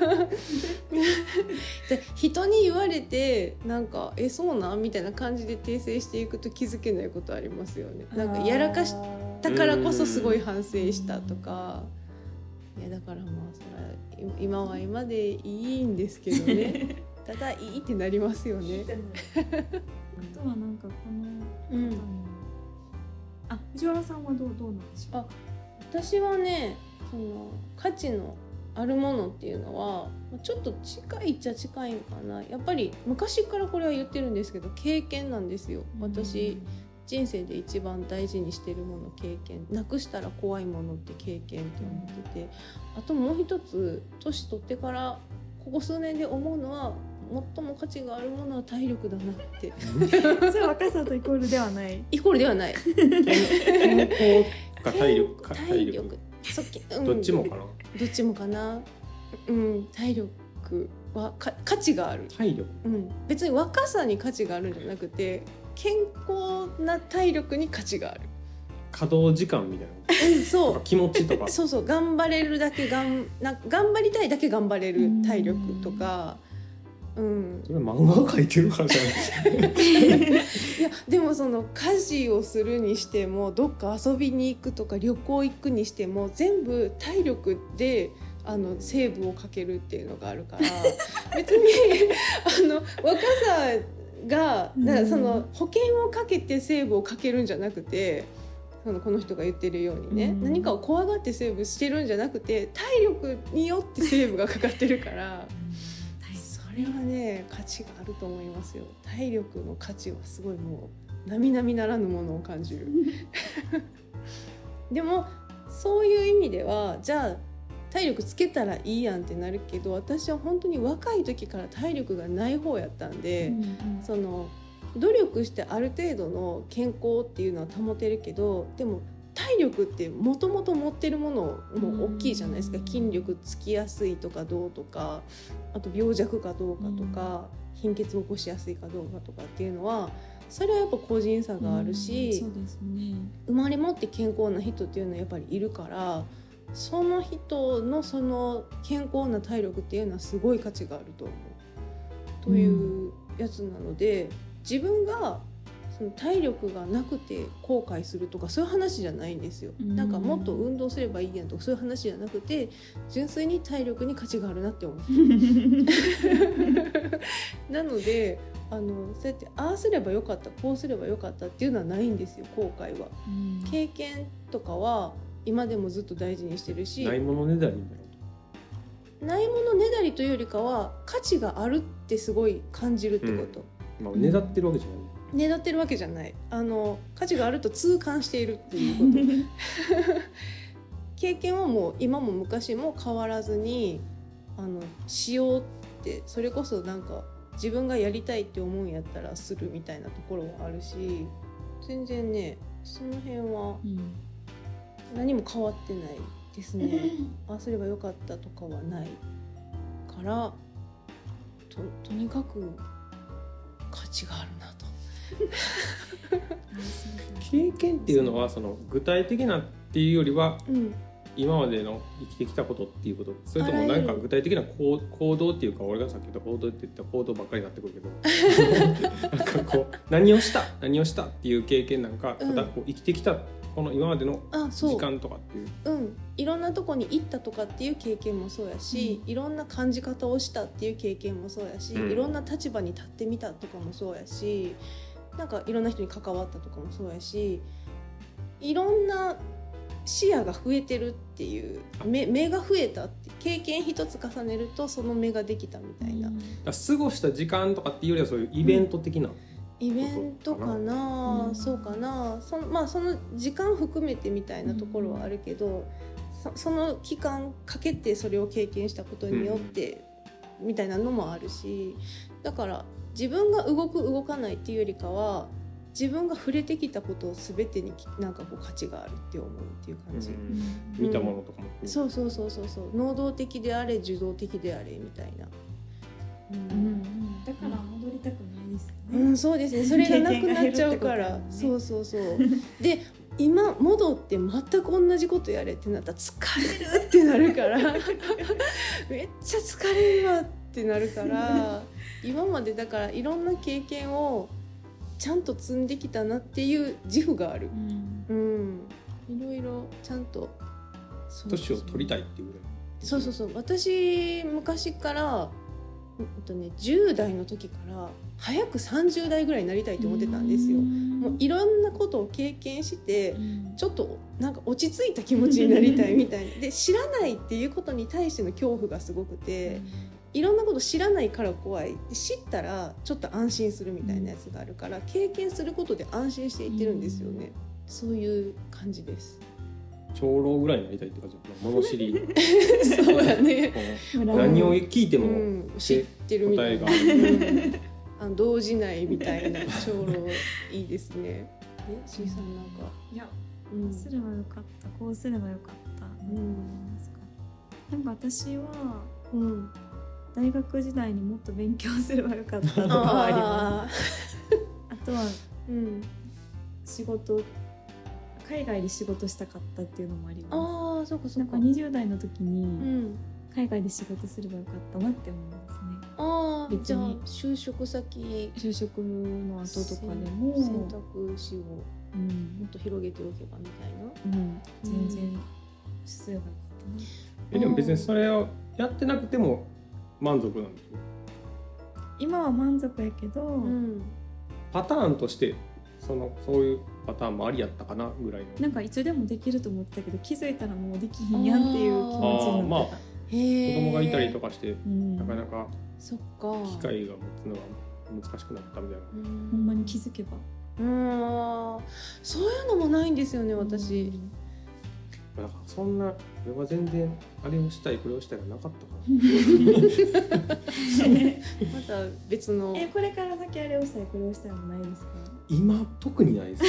で人に言われてなんかえそうなんみたいな感じで訂正していくと気づけないことありますよね。なんかやらかしたからこそすごい反省したとか、いやだからまあそれは今は今でいいんですけどねただいいってなりますよねあとはなんかこの、うん、あ藤原さんはどうどうなんでしょう。あ私はねその価値のあるものっていうのはちょっと近いっちゃ近いんかな。やっぱり昔からこれは言ってるんですけど経験なんですよ。私、うん人生で一番大事にしてるもの経験、なくしたら怖いものって経験って思ってて、あともう一つ年取ってからここ数年で思うのは最も価値があるものは体力だなってそれは若さとイコールではないイコールではない健康か体力か体力そっき、 うん、どっちもかなどっちもかなうん体力はか価値がある体力、 うん、別に若さに価値があるんじゃなくて健康な体力に価値がある。 稼働時間みたいな、うん、そう気持ちとかそうそう頑張れるだけがんな頑張りたいだけ頑張れる体力とか、 うん、 それ漫画描いてるからじゃないいやでもその家事をするにしてもどっか遊びに行くとか旅行行くにしても全部体力であのセーブをかけるっていうのがあるから別にあの若さがだからその保険をかけてセーブをかけるんじゃなくて、そのこの人が言ってるようにね、うん、何かを怖がってセーブしてるんじゃなくて体力によってセーブがかかってるからそれはね価値があると思いますよ。体力の価値はすごいもう並々ならぬものを感じるでもそういう意味ではじゃあ体力つけたらいいやんってなるけど、私は本当に若い時から体力がない方やったんで、うんうん、その努力してある程度の健康っていうのは保てるけど、でも体力ってもともと持ってるものも大きいじゃないですか。筋力つきやすいとかどうとか、あと病弱かどうかとか、貧血を起こしやすいかどうかとかっていうのはそれはやっぱ個人差があるし、 そうですね、 生まれ持って健康な人っていうのはやっぱりいるから、その人のその健康な体力っていうのはすごい価値があると思うというやつなので、自分がその体力がなくて後悔するとかそういう話じゃないんですよ。なんかもっと運動すればいいやんとかそういう話じゃなくて、純粋に体力に価値があるなって思うなのであのそうやってああすればよかったこうすればよかったっていうのはないんですよ。後悔は経験とかは今でもずっと大事にしてるし、 ないものねだりみたいな、ないものねだりというよりかは価値があるってすごい感じるってこと、 うんまあ、ねだってるわけじゃない、 ねだってるわけじゃない、あの価値があると痛感しているっていうこと経験はもう今も昔も変わらずにあのしようって、それこそなんか自分がやりたいって思うんやったらするみたいなところはあるし、全然ねその辺は何も変わってないですねああすればよかったとかはないから、 と, とにかく価値があるなと経験っていうのはその具体的なっていうよりは、うん、今までの生きてきたことっていうこと、それとも何か具体的な行動っていうか、俺がさっき言った行動って言った行動ばっかりになってくるけどなんかこう何をした何をしたっていう経験なんか、ただこう生きてきたこの今までの時間とかっていう、 うん、いろんなとこに行ったとかっていう経験もそうやし、うん、いろんな感じ方をしたっていう経験もそうやし、うん、いろんな立場に立ってみたとかもそうやし、なんかいろんな人に関わったとかもそうやし、いろんな視野が増えてるっていう 目, 目が増えたって、経験一つ重ねるとその目ができたみたいな、うん、 過ごした時間とかっていうよりはそういうイベント的な、うんイベントかな、うん、そうかな、その、まあ、その時間含めてみたいなところはあるけど、うん、そ, その期間かけてそれを経験したことによって、うん、みたいなのもあるし、だから自分が動く動かないっていうよりかは自分が触れてきたことを全てになんかこう価値があるって思うっていう感じ、うん、 見たものとかも、 うん、そうそうそうそうそう、能動的であれ受動的であれみたいな、 うんうん、だから戻りたくないですよね、 うん、そうですね、それがなくなっちゃうから、ね、そうそうそうで今戻って全く同じことやれってなったら疲れるってなるからめっちゃ疲れるわってなるから今までだからいろんな経験をちゃんと積んできたなっていう自負がある、うん、うん、いろいろちゃんと年を取りたいっていうぐらい、 そうそうそう、私昔からとね、じゅう代の時から早くさんじゅう代ぐらいになりたいと思ってたんですよ。もういろんなことを経験してちょっとなんか落ち着いた気持ちになりたいみたいなで、知らないっていうことに対しての恐怖がすごくて、いろんなこと知らないから怖い、知ったらちょっと安心するみたいなやつがあるから、経験することで安心していってるんですよね。そういう感じです。 長老ぐらいになりたいって感じ、物知りそうだね何を聞いても、うん、 知ってるみたいな、うん、あの動じないみたいな長老いいですね。え、C さんなんか、 いや、うん、こうすればよかったこうすればよかったなんて思いますか、うん、なんか私は、うん、大学時代にもっと勉強すればよかったとかはありますあ, あとは、うん、仕事海外で仕事したかったっていうのもあります。 ああ、そうかそうか。 なんかにじゅう代の時に海外で仕事すればよかったなって思いますね。 ああ、じゃあ就職先就職の後とかでも選択肢をもっと広げておけばみたいな、 うん、全然すればよかったな。 えでも別にそれをやってなくても満足なんでしょ？ 今は満足やけど、うん、 パターンとしてそのそういうパターンもありやったかなぐらいの。 なんかいつでもできると思ったけど気づいたらもうできひんやんっていう気持ちになってた。あ、まあ、 子供がいたりとかして、うん、なかなかそっか機会が持つのが難しくなったみたいな。 ほんまに気づけば。 うん、そういうのもないんですよね私。うん、 だからそんな俺は全然あれをしたいこれをしたいがなかったからまた別のえこれから先あれをしたいこれをしたいもないですか？ 今特にないです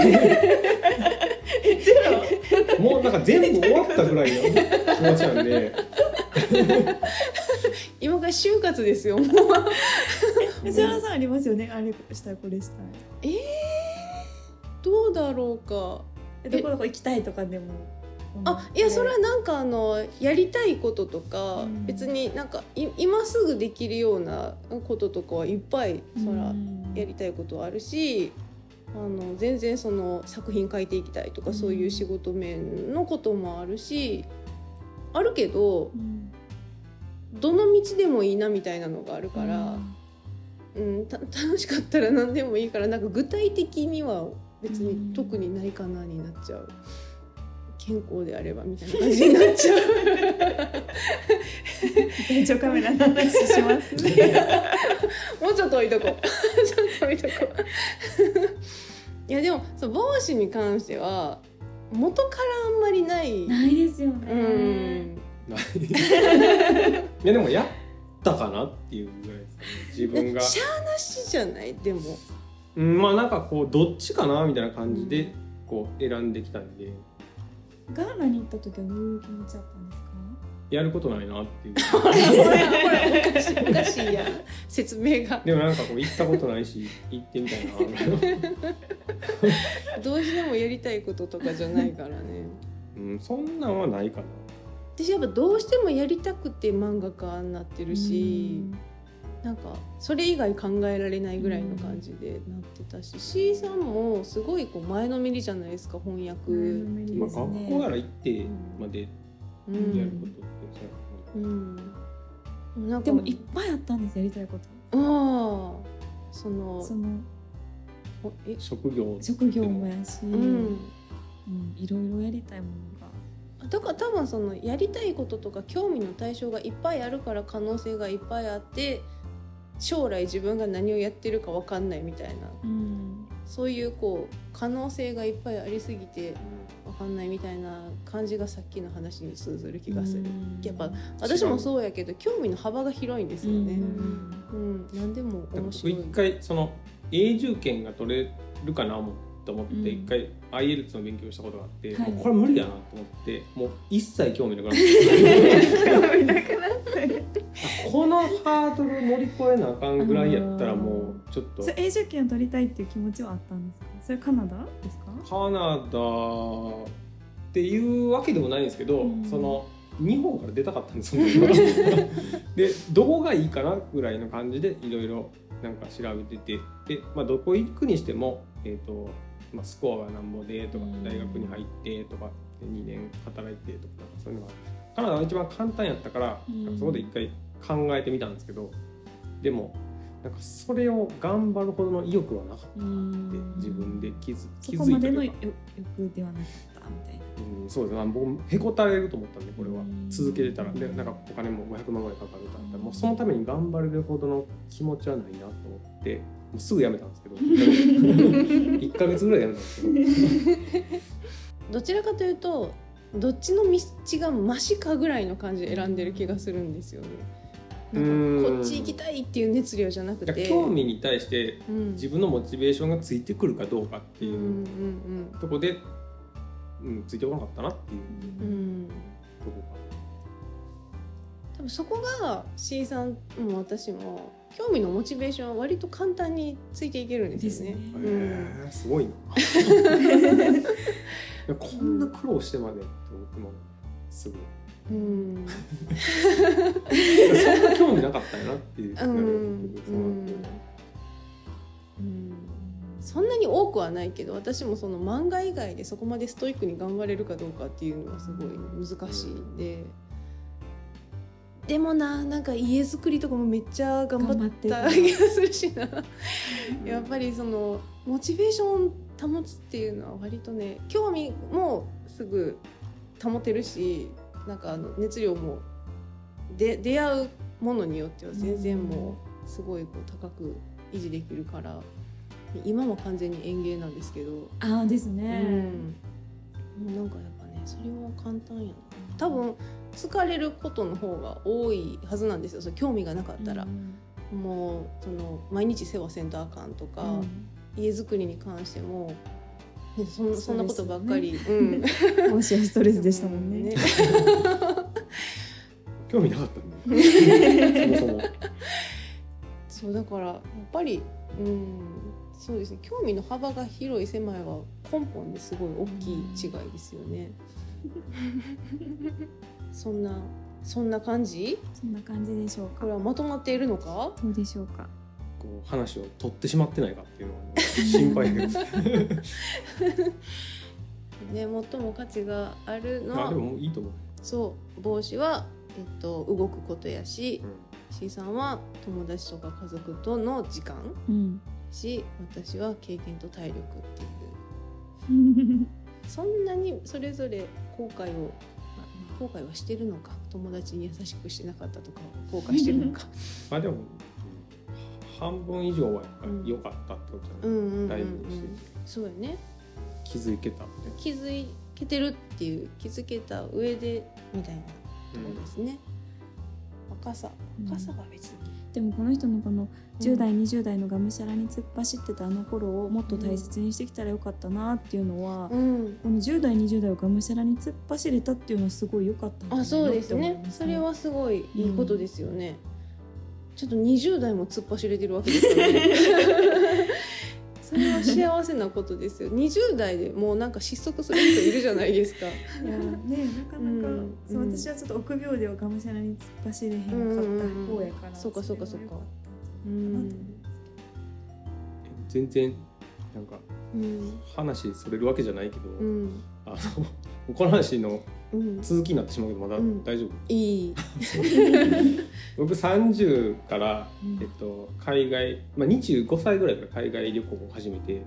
えゼロもうなんか全部終わったぐらいの気持ちなんで今から就活ですよもう藤原さんありますよね、あれしたいこれしたい。えー、どうだろうか。 どこどこ行きたいとかでも。 あ、いやそれはなんかあのやりたいこととか、うん、別になんか今すぐできるようなこととかはいっぱいそらやりたいことはあるし、あの全然その作品書いていきたいとか、うん、そういう仕事面のこともあるしあるけど、うん、どの道でもいいなみたいなのがあるから、うん、た楽しかったら何でもいいから、なんか具体的には別に特にないかなになっちゃう。健康であればみたいな感じになっちゃう体調カメラの話しますねもうちょっと置いとこうちょっと置いとこういやでもそう帽子に関しては元からあんまりないないですよね、うん、 ないいやでもやったかなっていうぐらいですかね自分がしゃーなしじゃないでも、 うん、まあなんかこうどっちかなみたいな感じでこう選んできたんで、うんガーナに行った時はどういう気持ちだったんですか？ やることないなっていうほらほらおかしいおかしいや説明がでもなんかこう行ったことないし行ってみたいなどうしてもやりたいこととかじゃないからねうんそんなんはないかな。 私やっぱどうしてもやりたくて漫画家になってるし、なんかそれ以外考えられないぐらいの感じでなってたし、C さんもすごいこう前のめりじゃないですか翻訳、ねまあ、学校なら行ってまでやることって、 うんうん、なんかでもいっぱいあったんですやりたいこと。 ああそのそのえ職業職業もやし、うんうん、いろいろやりたいものがだから多分そのやりたいこととか興味の対象がいっぱいあるから可能性がいっぱいあって将来自分が何をやってるか分かんないみたいな、うん、そういうこう可能性がいっぱいありすぎて分かんないみたいな感じがさっきの話に通ずる気がする、うん、やっぱ私もそうやけど興味の幅が広いんですよね、うんうん、何でも面白い。 一回その永住権が取れるかな思と思って一回 アイエルツ の勉強したことがあって、うん、もうこれ無理やなと思ってもう一切興味なくなって興味なくなってこのハードル乗り越えなあかんぐらいやったらもうちょっとそれ永住権を取りたいっていう気持ちはあったんですか？それカナダですか？ カナダっていうわけでもないんですけど、うん、その日本から出たかったんですよでどこがいいかなぐらいの感じでいろいろなんか調べててで、まあ、どこ行くにしても、えーとまあ、スコアがなんぼでとか大学に入ってとかにねん働いてとかそういうのがカナダが一番簡単やったから、うん、そこで一回考えてみたんですけどでもなんかそれを頑張るほどの意欲はなかったって自分で気づいた。 そこまでの欲ではなかったみたいな。 うん、そうですね。僕へこたれると思ったんでこれは続けてたらでなんかお金もごひゃくまんぐらいかかるとあったらもうそのために頑張れるほどの気持ちはないなと思ってもうすぐやめたんですけどいっかげつぐらいやめたんですけどどちらかというとどっちの道がマシかぐらいの感じで選んでる気がするんですよね。なんかこっち行きたいっていう熱量じゃなくて興味に対して自分のモチベーションがついてくるかどうかっていうとこで、うん、ついてこなかったなっていう、うん、とこか。 多分そこが C さんも私も興味のモチベーションは割と簡単についていけるんですよね。 ですね。うん、すごいなこんな苦労してまでって思ってもすぐうんそんな興味なかったんやなっていう、うんうんうん、そんなに多くはないけど、私もその漫画以外でそこまでストイックに頑張れるかどうかっていうのはすごい難しいんで、でもな、なんか家作りとかもめっちゃ頑張った気がするしなやっぱりそのモチベーション保つっていうのは割とね、興味もすぐ保てるし、なんかあの熱量もで出会うものによっては全然もうすごいこう高く維持できるから、今も完全に園芸なんですけど、 ああですね、 うん、なんかやっぱね、それは簡単やな。多分疲れることの方が多いはずなんですよ、それ興味がなかったら、うん、もうその毎日世話せんとあかんとか、うん、家づくりに関しても、ね、そ, んそんなことばっかり、うん、 もしはストレスでしたもんね、ね興味なかったんでそもそもそうだからやっぱり、うん、そうですね、興味の幅が広い狭いは根本ですごい大きい違いですよね、うん、そんなそんな感じそんな感じでしょうか。 これはまとまっているのか、 どうでしょうか。 こう話を取ってしまってないかっていうのは心配ですね、最も価値があるのは、 あでもいいと思う。 そう帽子は、えっと、動くことやし、うん、C さんは友達とか家族との時間、うん、し私は経験と体力っていうそんなにそれぞれ後悔を、まあ、後悔はしてるのか、友達に優しくしてなかったとか後悔してるのかまあでも半分以上はやっぱり良かったってことじゃない、うん、大事にしてて、 そうやね、 気づけた、ね、 気づけてるっていう、気づけた上でみたいなところですね、うん、若さ若さは別に、 うん、でもこの人のこのじゅう代、うん、にじゅう代のがむしゃらに突っ走ってたあの頃をもっと大切にしてきたらよかったなっていうのは、うん、このじゅう代にじゅう代をがむしゃらに突っ走れたっていうのはすごい良かったんだなって思いますね。あ、そうですね、 それはすごいいいことですよね、うん、ちょっとにじゅう代も突っ走れてるわけですからねそれは幸せなことですよ。にじゅう代でもうなんか失速する人いるじゃないですかいや、ね、なかなか、うん、そう、私はちょっと臆病ではがむしゃらに突っ走れへんかった方やから、うん、 そうかそうかそうか、うん、 全然なんか話それるわけじゃないけど、うん、あのこの話の続きになってしまうけどまだ大丈夫、うん、 いい僕さんじゅうから、えっと、海外、まあ、にじゅうごさいぐらいから海外旅行を始めて、うん、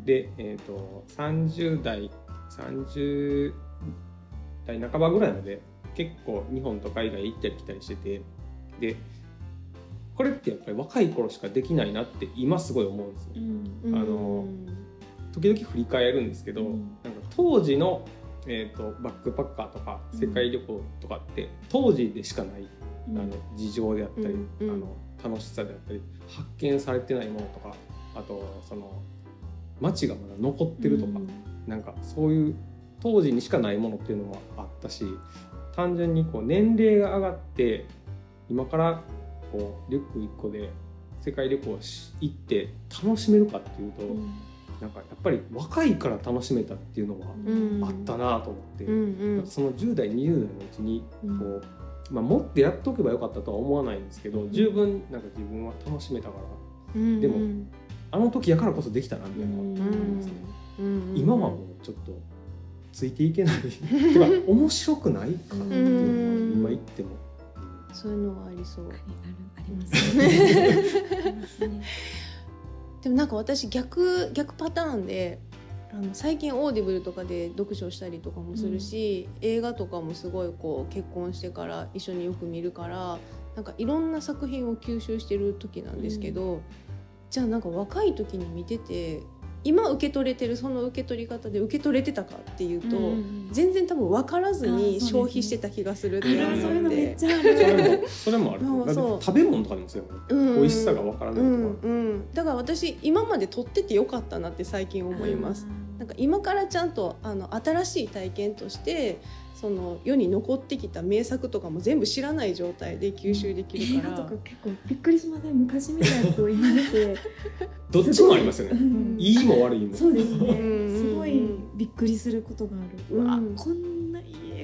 で、えっと、さんじゅう代さんじゅう代半ばぐらいまで結構日本と海外行ったり来たりしてて、でこれってやっぱり若い頃しかできないなって今すごい思うんですよ、うん、あの時々振り返るんですけど、うん、なんか当時のえー、とバックパッカーとか世界旅行とかって当時でしかない、うん、あの事情であったり、うん、あの楽しさであったり発見されてないものとか、あとその街がまだ残ってるとか、うん、なんかそういう当時にしかないものっていうのもあったし、単純にこう年齢が上がって今からこうリュックいっこで世界旅行行って楽しめるかっていうと、うん、なんかやっぱり若いから楽しめたっていうのはあったなと思って、うんうん、なんかそのじゅう代にじゅう代のうちにこう、うんまあ、持ってやっとけばよかったとは思わないんですけど、うん、十分なんか自分は楽しめたから、うん、でもあの時やからこそできたなみたいなのがあるんですよ、うんうん、今はもうちょっとついていけないとか面白くないかなっていうのは今言っても、 うん、そういうのはありそう。 あり、ある、ありますね。ありますね。 でもなんか私逆逆パターンで、あの最近オーディブルとかで読書したりとかもするし、うん、映画とかもすごいこう結婚してから一緒によく見るから、なんかいろんな作品を吸収してる時なんですけど、うん、じゃあなんか若い時に見てて今受け取れてるその受け取り方で受け取れてたかっていうと、うん、全然多分分からずに消費してた気がするっていうので、 そういうのめっちゃある。 それもある。だって食べ物とかでもそうよね、うん、美味しさが分からないとか、うんうん、 だから私今まで撮っててよかったなって最近思います。なんか今からちゃんとあの新しい体験としてその世に残ってきた名作とかも全部知らない状態で吸収できるから、 映画とか結構びっくりしません？昔見たやつを今見てどっちもありますよね、うん、いいも悪いも。 そうですね、すごいびっくりすることがある、うん、うわ、こんないい映画やった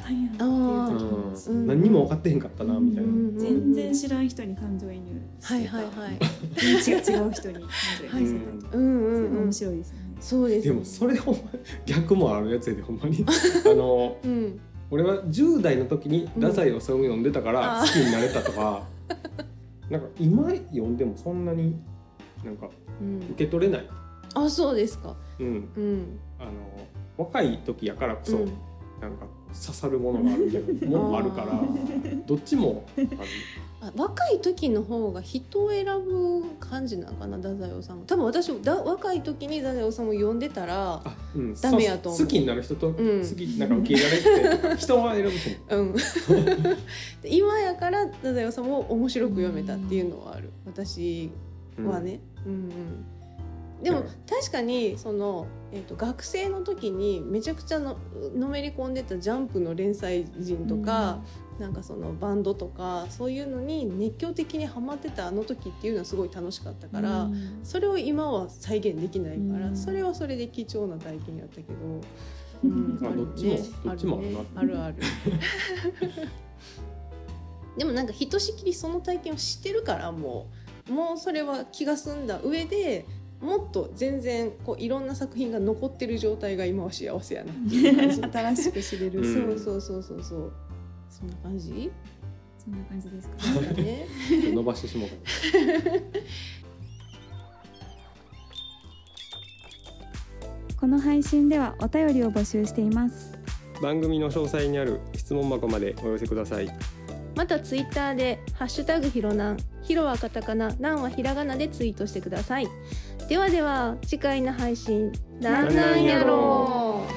ったんやっていう時も、 うん、何にも分かってへんかったなみたいな、うん、 全然知らん人に感情移入してた、はいはいはい、認知が違う人に感情移入してた、はい、うんうんうん、面白いですね。 そうですね。 でもそれほんま逆もあるやつでほんまにあの、うん、俺はじゅう代の時に太宰治読んでたから好きになれたとか、うん、なんか今読んでもそんなになんか受け取れない、 うん、あ、そうですか、 うんうん、あの若い時やからこそ、うん、なんか刺さるものがあるみたいなものもあるからどっちもある。 あ、若い時の方が人を選ぶ感じなのかな、太宰治。多分私だ若い時に太宰治読んでたらダメやと思う。 好きになる人と、うん、好きなんか受け入れられて人は選ぶと思う、うん、 今やから太宰治を面白く読めたっていうのはある、私はね、うんうんうん、でも確かにその、えーと、学生の時にめちゃくちゃののめり込んでたジャンプの連載人とか、うん、なんかそのバンドとかそういうのに熱狂的にハマってたあの時っていうのはすごい楽しかったから、うん、それを今は再現できないから、うん、それはそれで貴重な体験やったけど、 うん、あ、どっちも、どっちもあるあるでもなんかひとしきりその体験をしてるからもうもうそれは気が済んだ上でもっと全然こういろんな作品が残ってる状態が今は幸せやなっていう感じ新しく知れる、 うん、そうそうそうそうそう、そんな感じそんな感じですかね伸ばしてしまうかこの配信ではお便りを募集しています。 番組の詳細にある質問箱までお寄せください。 またツイッターでハッシュタグひろなん、ひろはカタカナ、なんはひらがなでツイートしてください。ではでは次回の配信なんなんやろう。